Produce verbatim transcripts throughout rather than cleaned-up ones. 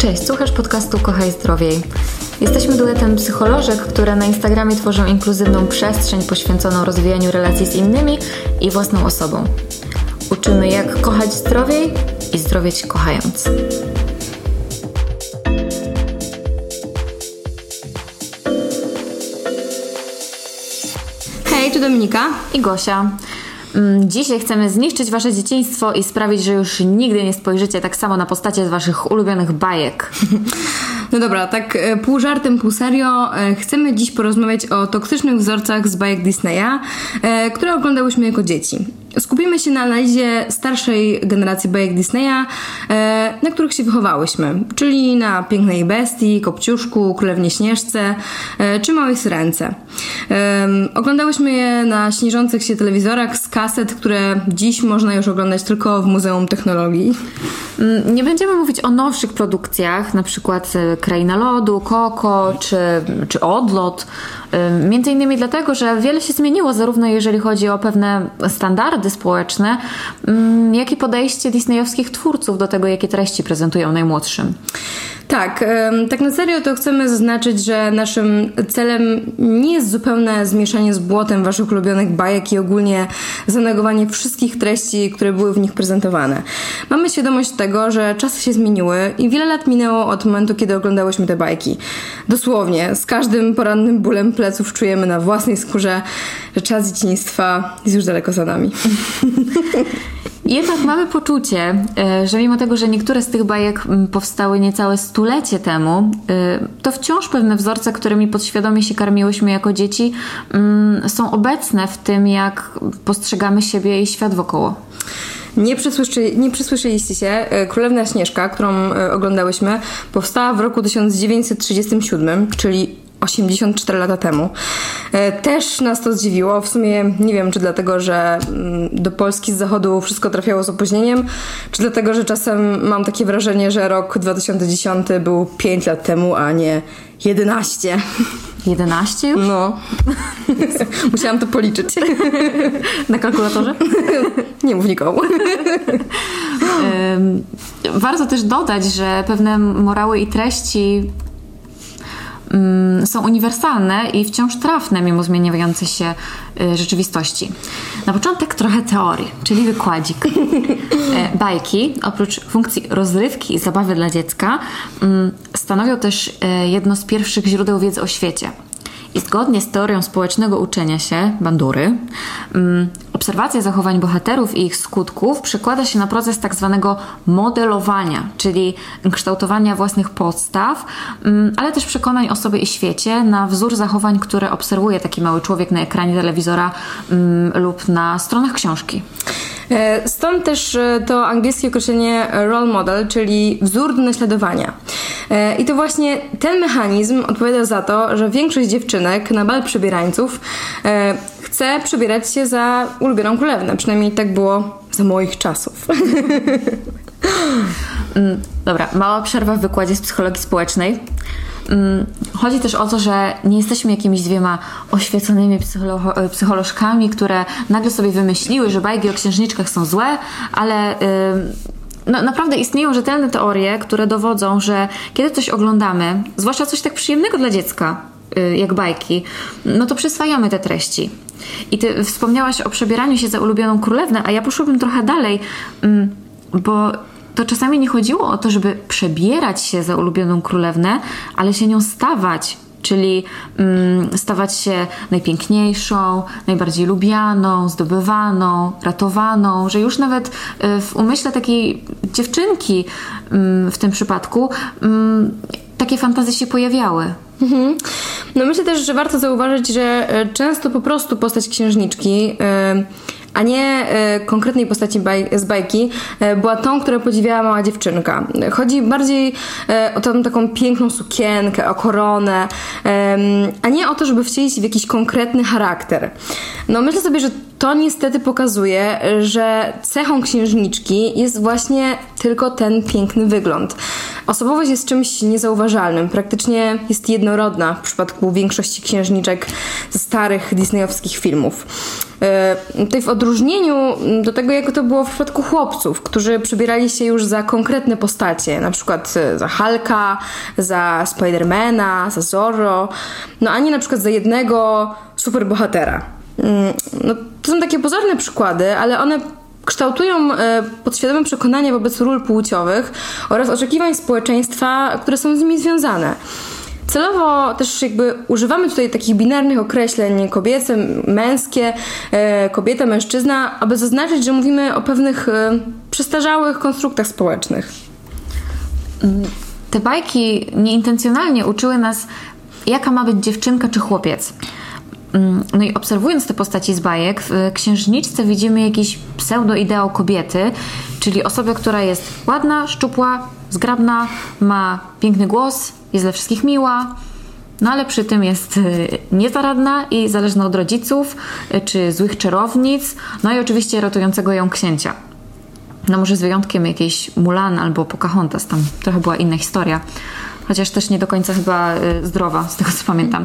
Cześć, słuchasz podcastu Kochaj Zdrowiej. Jesteśmy duetem psycholożek, które na Instagramie tworzą inkluzywną przestrzeń poświęconą rozwijaniu relacji z innymi i własną osobą. Uczymy, jak kochać zdrowiej i zdrowieć kochając. Hej, tu Dominika i Gosia. Dzisiaj chcemy zniszczyć wasze dzieciństwo i sprawić, że już nigdy nie spojrzycie tak samo na postacie z waszych ulubionych bajek. No dobra, tak pół żartem, pół serio. Chcemy dziś porozmawiać o toksycznych wzorcach z bajek Disneya, które oglądałyśmy jako dzieci. Skupimy się na analizie starszej generacji bajek Disneya, na których się wychowałyśmy, czyli na Pięknej Bestii, Kopciuszku, Królewnie Śnieżce czy Małej Syrence. Oglądałyśmy je na śnieżących się telewizorach z kaset, które dziś można już oglądać tylko w Muzeum Technologii. Nie będziemy mówić o nowszych produkcjach, na przykład Kraina Lodu, Koko czy, czy Odlot. Między innymi dlatego, że wiele się zmieniło, zarówno jeżeli chodzi o pewne standardy społeczne, jak i podejście disneyowskich twórców do tego, jakie treści prezentują najmłodszym. Tak, tak na serio to chcemy zaznaczyć, że naszym celem nie jest zupełne zmieszanie z błotem waszych ulubionych bajek i ogólnie zanegowanie wszystkich treści, które były w nich prezentowane. Mamy świadomość tego, że czasy się zmieniły i wiele lat minęło od momentu, kiedy oglądałyśmy te bajki. Dosłownie, z każdym porannym bólem pleców czujemy na własnej skórze, że czas dzieciństwa jest już daleko za nami. Jednak mamy poczucie, że mimo tego, że niektóre z tych bajek powstały niecałe stulecie temu, to wciąż pewne wzorce, którymi podświadomie się karmiłyśmy jako dzieci, są obecne w tym, jak postrzegamy siebie i świat wokoło. Nie, przysłyszy, nie przysłyszeliście się, Królewna Śnieżka, którą oglądałyśmy, powstała w roku tysiąc dziewięćset trzydziestym siódmym, czyli osiemdziesiąt cztery lata temu. Też nas to zdziwiło. W sumie nie wiem, czy dlatego, że do Polski z zachodu wszystko trafiało z opóźnieniem, czy dlatego, że czasem mam takie wrażenie, że rok dwa tysiące dziesiąty był pięć lat temu, a nie jedenaście. jedenaście już? No. Musiałam to policzyć. Na kalkulatorze? Nie mów nikomu. Warto też dodać, że pewne morały i treści są uniwersalne i wciąż trafne mimo zmieniającej się rzeczywistości. Na początek trochę teorii, czyli wykładzik. Bajki, oprócz funkcji rozrywki i zabawy dla dziecka, stanowią też jedno z pierwszych źródeł wiedzy o świecie. I zgodnie z teorią społecznego uczenia się, Bandury, obserwacja zachowań bohaterów i ich skutków przekłada się na proces tak zwanego modelowania, czyli kształtowania własnych podstaw, ale też przekonań o sobie i świecie na wzór zachowań, które obserwuje taki mały człowiek na ekranie telewizora lub na stronach książki. Stąd też to angielskie określenie role model, czyli wzór do naśladowania. I to właśnie ten mechanizm odpowiada za to, że większość dziewczynek na bal przebierańców chce przebierać się za ulubioną królewnę. Przynajmniej tak było za moich czasów. Dobra, mała przerwa w wykładzie z psychologii społecznej. Chodzi też o to, że nie jesteśmy jakimiś dwiema oświeconymi psycholo- psycholożkami, które nagle sobie wymyśliły, że bajki o księżniczkach są złe, ale yy, no, naprawdę istnieją rzetelne teorie, które dowodzą, że kiedy coś oglądamy, zwłaszcza coś tak przyjemnego dla dziecka, yy, jak bajki, no to przyswajamy te treści. I ty wspomniałaś o przebieraniu się za ulubioną królewnę, a ja poszłabym trochę dalej, yy, bo to czasami nie chodziło o to, żeby przebierać się za ulubioną królewnę, ale się nią stawać, czyli mm, stawać się najpiękniejszą, najbardziej lubianą, zdobywaną, ratowaną, że już nawet y, w umyśle takiej dziewczynki y, w tym przypadku y, takie fantazje się pojawiały. Mhm. No myślę też, że warto zauważyć, że często po prostu postać księżniczki y, a nie e, konkretnej postaci baj, z bajki, e, była tą, którą podziwiała mała dziewczynka. Chodzi bardziej e, o tą taką piękną sukienkę, o koronę, e, a nie o to, żeby wcielić w jakiś konkretny charakter. No myślę sobie, że to niestety pokazuje, że cechą księżniczki jest właśnie tylko ten piękny wygląd. Osobowość jest czymś niezauważalnym, praktycznie jest jednorodna w przypadku większości księżniczek ze starych disneyowskich filmów. Yy, tutaj w odróżnieniu do tego, jak to było w przypadku chłopców, którzy przybierali się już za konkretne postacie, na przykład za Hulka, za Spidermana, za Zorro, no ani na przykład za jednego superbohatera. No, to są takie pozorne przykłady, ale one kształtują e, podświadome przekonania wobec ról płciowych oraz oczekiwań społeczeństwa, które są z nimi związane. Celowo też jakby używamy tutaj takich binarnych określeń kobiece, męskie, e, kobieta, mężczyzna, aby zaznaczyć, że mówimy o pewnych e, przestarzałych konstruktach społecznych. Te bajki nieintencjonalnie uczyły nas, jaka ma być dziewczynka czy chłopiec. No i obserwując te postaci z bajek, w księżniczce widzimy jakiś pseudo-ideał kobiety, czyli osobę, która jest ładna, szczupła, zgrabna, ma piękny głos, jest dla wszystkich miła, no ale przy tym jest niezaradna i zależna od rodziców czy złych czarownic, no i oczywiście ratującego ją księcia. No może z wyjątkiem jakiejś Mulan albo Pocahontas, tam trochę była inna historia, chociaż też nie do końca chyba zdrowa, z tego co pamiętam.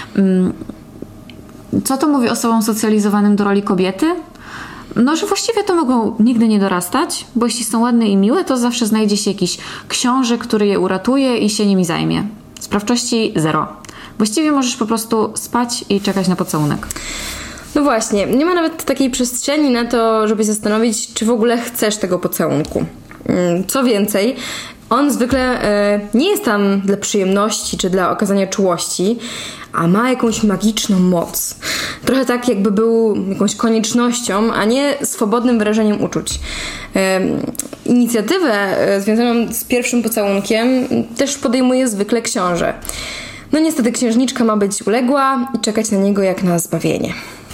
Co to mówi osobom socjalizowanym do roli kobiety? No, że właściwie to mogą nigdy nie dorastać, bo jeśli są ładne i miłe, to zawsze znajdzie się jakiś książę, który je uratuje i się nimi zajmie. Sprawczości zero. Właściwie możesz po prostu spać i czekać na pocałunek. No właśnie, nie ma nawet takiej przestrzeni na to, żeby zastanowić, czy w ogóle chcesz tego pocałunku. Co więcej, on zwykle e, nie jest tam dla przyjemności czy dla okazania czułości, a ma jakąś magiczną moc. Trochę tak, jakby był jakąś koniecznością, a nie swobodnym wyrażeniem uczuć. E, inicjatywę e, związaną z pierwszym pocałunkiem też podejmuje zwykle książę. No niestety księżniczka ma być uległa i czekać na niego jak na zbawienie.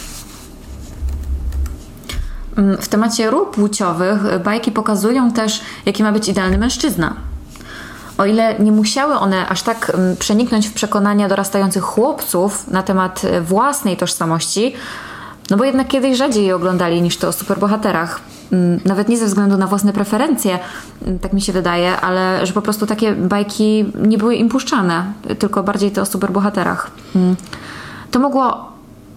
W temacie ról płciowych bajki pokazują też, jaki ma być idealny mężczyzna. O ile nie musiały one aż tak przeniknąć w przekonania dorastających chłopców na temat własnej tożsamości, no bo jednak kiedyś rzadziej je oglądali niż to o superbohaterach. Nawet nie ze względu na własne preferencje, tak mi się wydaje, ale że po prostu takie bajki nie były im puszczane, tylko bardziej to o superbohaterach. To mogło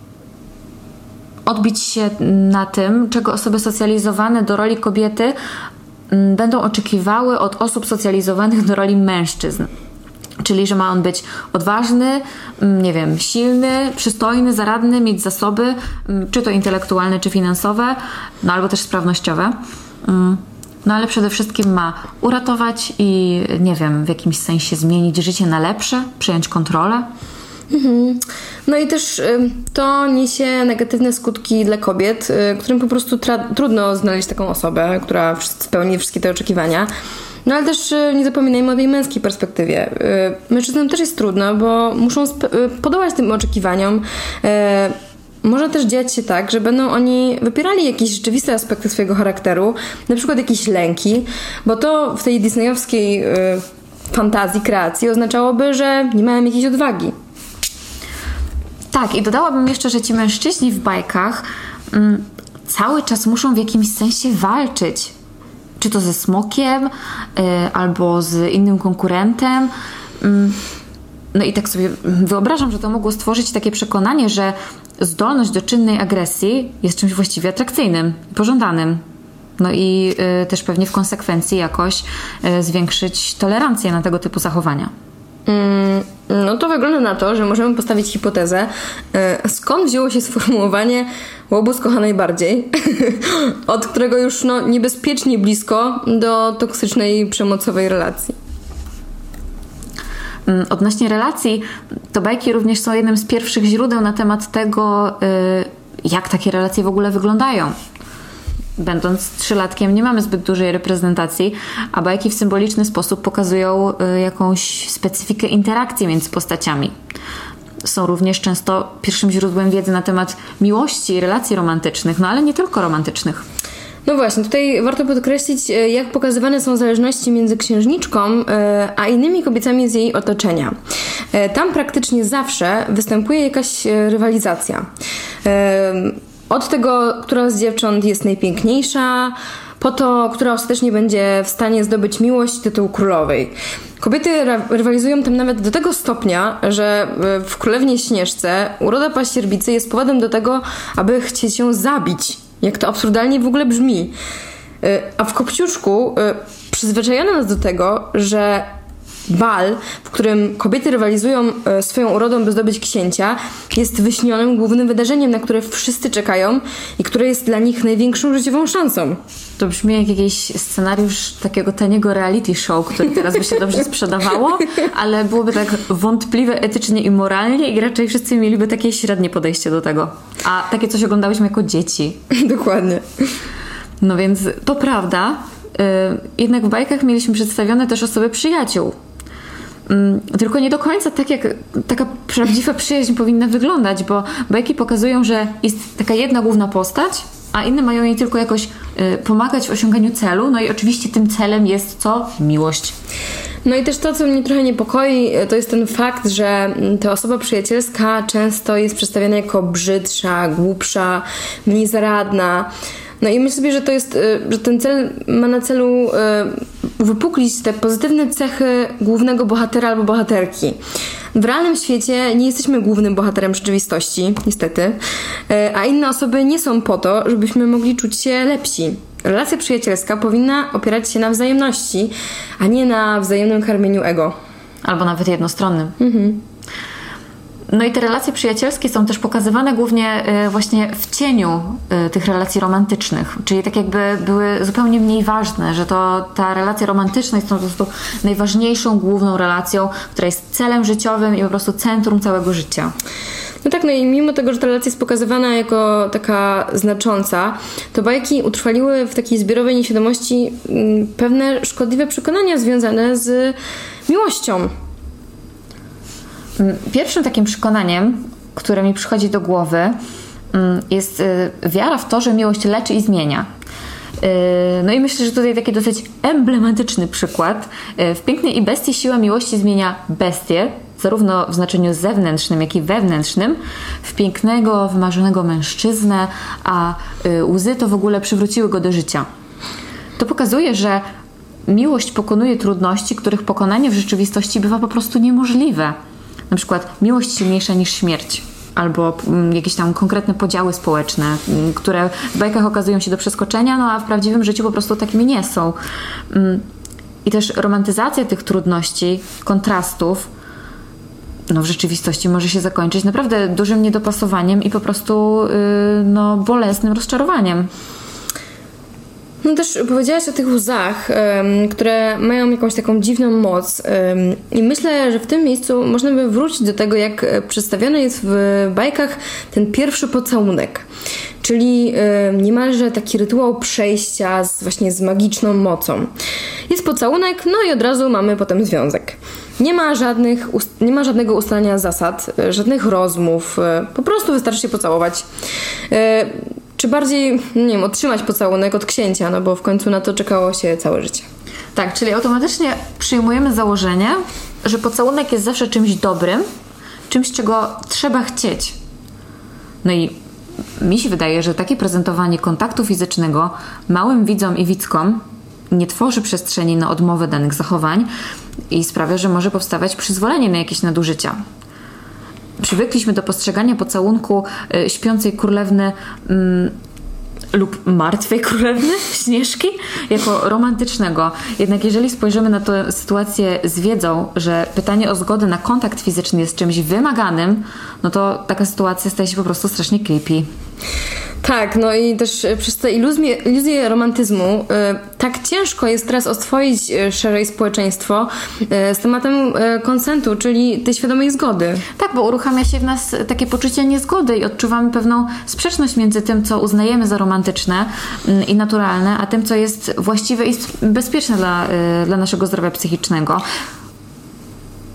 odbić się na tym, czego osoby socjalizowane do roli kobiety będą oczekiwały od osób socjalizowanych do roli mężczyzn. Czyli, że ma on być odważny, nie wiem, silny, przystojny, zaradny, mieć zasoby, czy to intelektualne, czy finansowe, no albo też sprawnościowe. No ale przede wszystkim ma uratować i, nie wiem, w jakimś sensie zmienić życie na lepsze, przejąć kontrolę. Mhm. No i też y, to niesie negatywne skutki dla kobiet, y, którym po prostu tra- trudno znaleźć taką osobę, która spełni wszystkie te oczekiwania. No ale też y, nie zapominajmy o tej męskiej perspektywie. Y, mężczyznom też jest trudno, bo muszą sp- y, podobać tym oczekiwaniom. Y, Może też dziać się tak, że będą oni wypierali jakieś rzeczywiste aspekty swojego charakteru, na przykład jakieś lęki, bo to w tej disneyowskiej y, fantazji, kreacji oznaczałoby, że nie mają jakiejś odwagi. Tak, i dodałabym jeszcze, że ci mężczyźni w bajkach mm, cały czas muszą w jakimś sensie walczyć. Czy to ze smokiem, y, albo z innym konkurentem. Mm, no i tak sobie wyobrażam, że to mogło stworzyć takie przekonanie, że zdolność do czynnej agresji jest czymś właściwie atrakcyjnym, pożądanym. No i y, też pewnie w konsekwencji jakoś y, zwiększyć tolerancję na tego typu zachowania. Mm, no to wygląda na to, że możemy postawić hipotezę, y, skąd wzięło się sformułowanie łobuz kocha najbardziej, od którego już no, niebezpiecznie blisko do toksycznej, przemocowej relacji. Odnośnie relacji, to bajki również są jednym z pierwszych źródeł na temat tego, y, jak takie relacje w ogóle wyglądają. Będąc trzylatkiem nie mamy zbyt dużej reprezentacji, a bajki w symboliczny sposób pokazują y, jakąś specyfikę interakcji między postaciami. Są również często pierwszym źródłem wiedzy na temat miłości i relacji romantycznych, no ale nie tylko romantycznych. No właśnie, tutaj warto podkreślić, jak pokazywane są zależności między księżniczką a innymi kobietami z jej otoczenia. Tam praktycznie zawsze występuje jakaś rywalizacja. Od tego, która z dziewcząt jest najpiękniejsza, po to, która ostatecznie będzie w stanie zdobyć miłość i tytuł królowej. Kobiety rywalizują tam nawet do tego stopnia, że w Królewnie Śnieżce uroda paździerbicy jest powodem do tego, aby chcieć ją zabić. Jak to absurdalnie w ogóle brzmi. A w Kopciuszku przyzwyczajono nas do tego, że bal, w którym kobiety rywalizują swoją urodą, by zdobyć księcia, jest wyśnionym głównym wydarzeniem, na które wszyscy czekają i które jest dla nich największą życiową szansą. To brzmi jak jakiś scenariusz takiego taniego reality show, który teraz by się dobrze sprzedawało, ale byłoby tak wątpliwe etycznie i moralnie i raczej wszyscy mieliby takie średnie podejście do tego. A takie coś oglądałyśmy jako dzieci. Dokładnie. No więc to prawda, yy, jednak w bajkach mieliśmy przedstawione też osoby przyjaciół. Yy, tylko nie do końca tak, jak taka prawdziwa przyjaźń powinna wyglądać, bo bajki pokazują, że jest taka jedna główna postać, a inne mają jej tylko jakoś y, pomagać w osiąganiu celu. No i oczywiście tym celem jest co? Miłość. No i też to, co mnie trochę niepokoi, to jest ten fakt, że ta osoba przyjacielska często jest przedstawiana jako brzydsza, głupsza, mniej zaradna. No i myślę sobie, że to jest, że ten cel ma na celu uwypuklić te pozytywne cechy głównego bohatera albo bohaterki. W realnym świecie nie jesteśmy głównym bohaterem rzeczywistości, niestety, a inne osoby nie są po to, żebyśmy mogli czuć się lepsi. Relacja przyjacielska powinna opierać się na wzajemności, a nie na wzajemnym karmieniu ego. Albo nawet jednostronnym. Mhm. No i te relacje przyjacielskie są też pokazywane głównie y, właśnie w cieniu y, tych relacji romantycznych, czyli tak jakby były zupełnie mniej ważne, że to ta relacja romantyczna jest po prostu najważniejszą, główną relacją, która jest celem życiowym i po prostu centrum całego życia. No tak, no i mimo tego, że ta relacja jest pokazywana jako taka znacząca, to bajki utrwaliły w takiej zbiorowej nieświadomości m, pewne szkodliwe przekonania związane z miłością. Pierwszym takim przekonaniem, które mi przychodzi do głowy, jest wiara w to, że miłość leczy i zmienia. No i myślę, że tutaj taki dosyć emblematyczny przykład. W Pięknej i Bestii siła miłości zmienia bestię, zarówno w znaczeniu zewnętrznym, jak i wewnętrznym, w pięknego, wymarzonego mężczyznę, a łzy to w ogóle przywróciły go do życia. To pokazuje, że miłość pokonuje trudności, których pokonanie w rzeczywistości bywa po prostu niemożliwe. Na przykład miłość silniejsza niż śmierć. Albo jakieś tam konkretne podziały społeczne, które w bajkach okazują się do przeskoczenia, no a w prawdziwym życiu po prostu takimi nie są. I też romantyzacja tych trudności, kontrastów, no w rzeczywistości może się zakończyć naprawdę dużym niedopasowaniem i po prostu no, bolesnym rozczarowaniem. No też powiedziałaś o tych łzach, um, które mają jakąś taką dziwną moc um, i myślę, że w tym miejscu można by wrócić do tego, jak przedstawiony jest w bajkach ten pierwszy pocałunek. Czyli um, niemalże taki rytuał przejścia z, właśnie z magiczną mocą. Jest pocałunek, no i od razu mamy potem związek. Nie ma żadnych, nie ma żadnego ustalania zasad, żadnych rozmów, po prostu wystarczy się pocałować. Czy bardziej, nie wiem, otrzymać pocałunek od księcia, no bo w końcu na to czekało się całe życie. Tak, czyli automatycznie przyjmujemy założenie, że pocałunek jest zawsze czymś dobrym, czymś, czego trzeba chcieć. No i mi się wydaje, że takie prezentowanie kontaktu fizycznego małym widzom i widzkom nie tworzy przestrzeni na odmowę danych zachowań i sprawia, że może powstawać przyzwolenie na jakieś nadużycia. Przywykliśmy do postrzegania pocałunku y, śpiącej królewny y, lub martwej królewny Śnieżki jako romantycznego. Jednak jeżeli spojrzymy na tę sytuację z wiedzą, że pytanie o zgodę na kontakt fizyczny jest czymś wymaganym, no to taka sytuacja staje się po prostu strasznie creepy. Tak, no i też przez tę iluzję, iluzję romantyzmu y, tak ciężko jest teraz oswoić y, szerzej społeczeństwo y, z tematem y, konsentu, czyli tej świadomej zgody. Tak, bo uruchamia się w nas takie poczucie niezgody i odczuwamy pewną sprzeczność między tym, co uznajemy za romantyczne y, i naturalne, a tym, co jest właściwe i bezpieczne dla, y, dla naszego zdrowia psychicznego.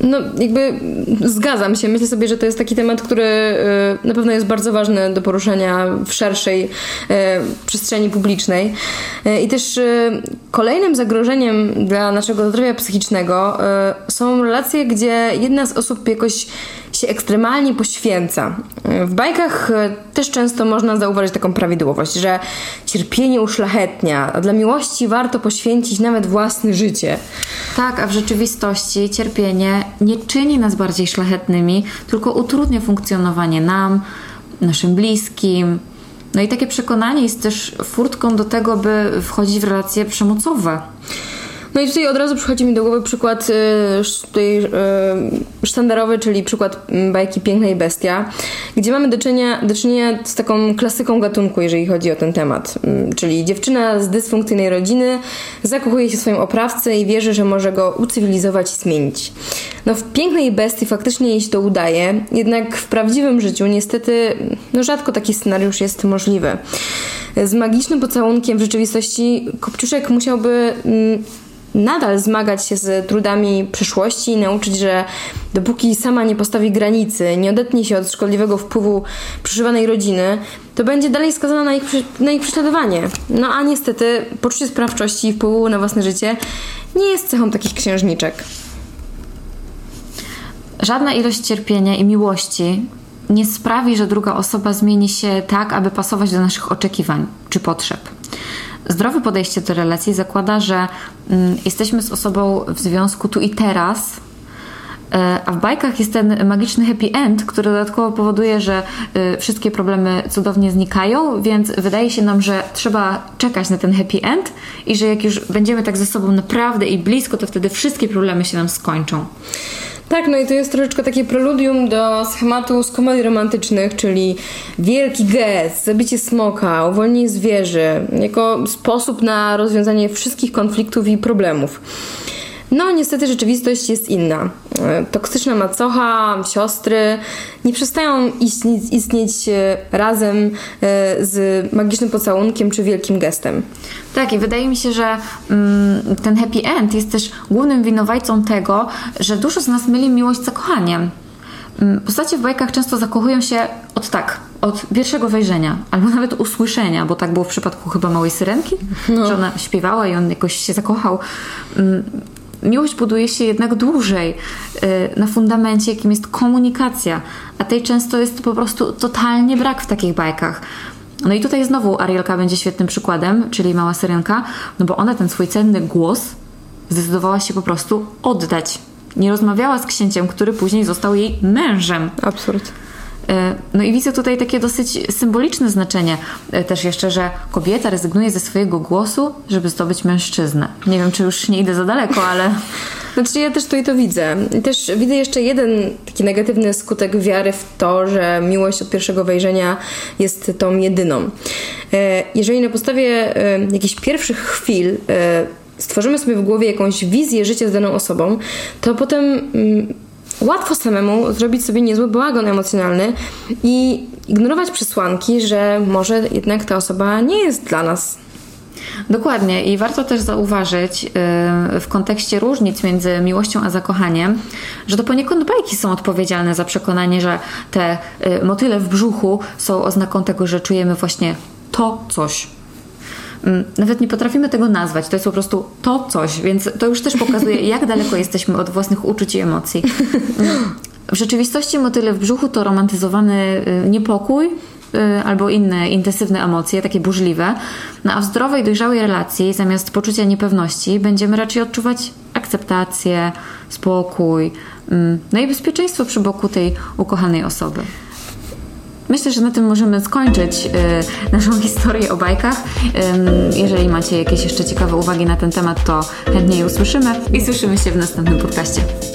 No jakby zgadzam się. Myślę sobie, że to jest taki temat, który y, na pewno jest bardzo ważny do poruszenia w szerszej y, przestrzeni publicznej. Y, I też y, kolejnym zagrożeniem dla naszego zdrowia psychicznego y, są relacje, gdzie jedna z osób jakoś się ekstremalnie poświęca. W bajkach też często można zauważyć taką prawidłowość, że cierpienie uszlachetnia, a dla miłości warto poświęcić nawet własne życie. Tak, a w rzeczywistości cierpienie nie czyni nas bardziej szlachetnymi, tylko utrudnia funkcjonowanie nam, naszym bliskim. No i takie przekonanie jest też furtką do tego, by wchodzić w relacje przemocowe. No i tutaj od razu przychodzi mi do głowy przykład y, tutaj, y, sztandarowy, czyli przykład bajki Piękna i Bestia, gdzie mamy do czynienia, do czynienia z taką klasyką gatunku, jeżeli chodzi o ten temat. Y, czyli dziewczyna z dysfunkcyjnej rodziny zakochuje się w swoim oprawcy i wierzy, że może go ucywilizować i zmienić. No w Pięknej Bestii faktycznie jej się to udaje, jednak w prawdziwym życiu niestety no rzadko taki scenariusz jest możliwy. Z magicznym pocałunkiem w rzeczywistości Kopciuszek musiałby mm, nadal zmagać się z trudami przyszłości i nauczyć, że dopóki sama nie postawi granicy, nie odetnie się od szkodliwego wpływu przyszywanej rodziny, to będzie dalej skazana na ich, na ich prześladowanie. No a niestety poczucie sprawczości i wpływu na własne życie nie jest cechą takich księżniczek. Żadna ilość cierpienia i miłości nie sprawi, że druga osoba zmieni się tak, aby pasować do naszych oczekiwań czy potrzeb. Zdrowe podejście do relacji zakłada, że mm, jesteśmy z osobą w związku tu i teraz, e, a w bajkach jest ten magiczny happy end, który dodatkowo powoduje, że y, wszystkie problemy cudownie znikają, więc wydaje się nam, że trzeba czekać na ten happy end i że jak już będziemy tak ze sobą naprawdę i blisko, to wtedy wszystkie problemy się nam skończą. Tak, no i to jest troszeczkę takie preludium do schematu z komedii romantycznych, czyli wielki gest, zabicie smoka, uwolnienie zwierzy, jako sposób na rozwiązanie wszystkich konfliktów i problemów. No niestety rzeczywistość jest inna. Toksyczna macocha, siostry nie przestają istnieć, istnieć razem z magicznym pocałunkiem czy wielkim gestem. Tak, i wydaje mi się, że mm, ten happy end jest też głównym winowajcą tego, że dużo z nas myli miłość z zakochaniem. Postacie w bajkach często zakochują się od tak, od pierwszego wejrzenia, albo nawet usłyszenia, bo tak było w przypadku chyba Małej Syrenki, no. że ona śpiewała i on jakoś się zakochał. Miłość buduje się jednak dłużej na fundamencie, jakim jest komunikacja, a tej często jest po prostu totalnie brak w takich bajkach. No i tutaj znowu Arielka będzie świetnym przykładem, czyli Mała Syrenka, no bo ona ten swój cenny głos zdecydowała się po prostu oddać. Nie rozmawiała z księciem, który później został jej mężem. Absurd. No i widzę tutaj takie dosyć symboliczne znaczenie też jeszcze, że kobieta rezygnuje ze swojego głosu, żeby zdobyć mężczyznę. Nie wiem, czy już nie idę za daleko, ale... Znaczy ja też tutaj to widzę. I też widzę jeszcze jeden taki negatywny skutek wiary w to, że miłość od pierwszego wejrzenia jest tą jedyną. Jeżeli na podstawie jakichś pierwszych chwil stworzymy sobie w głowie jakąś wizję życia z daną osobą, to potem łatwo samemu zrobić sobie niezły bałagan emocjonalny i ignorować przesłanki, że może jednak ta osoba nie jest dla nas. Dokładnie i warto też zauważyć yy, w kontekście różnic między miłością a zakochaniem, że to poniekąd bajki są odpowiedzialne za przekonanie, że te yy, motyle w brzuchu są oznaką tego, że czujemy właśnie to coś. Nawet nie potrafimy tego nazwać, to jest po prostu to coś, więc to już też pokazuje, jak daleko jesteśmy od własnych uczuć i emocji. W rzeczywistości motyle w brzuchu to romantyzowany niepokój albo inne intensywne emocje, takie burzliwe, no a w zdrowej, dojrzałej relacji zamiast poczucia niepewności będziemy raczej odczuwać akceptację, spokój, no i bezpieczeństwo przy boku tej ukochanej osoby. Myślę, że na tym możemy skończyć y, naszą historię o bajkach. Y, jeżeli macie jakieś jeszcze ciekawe uwagi na ten temat, to chętnie je usłyszymy i słyszymy się w następnym podcaście.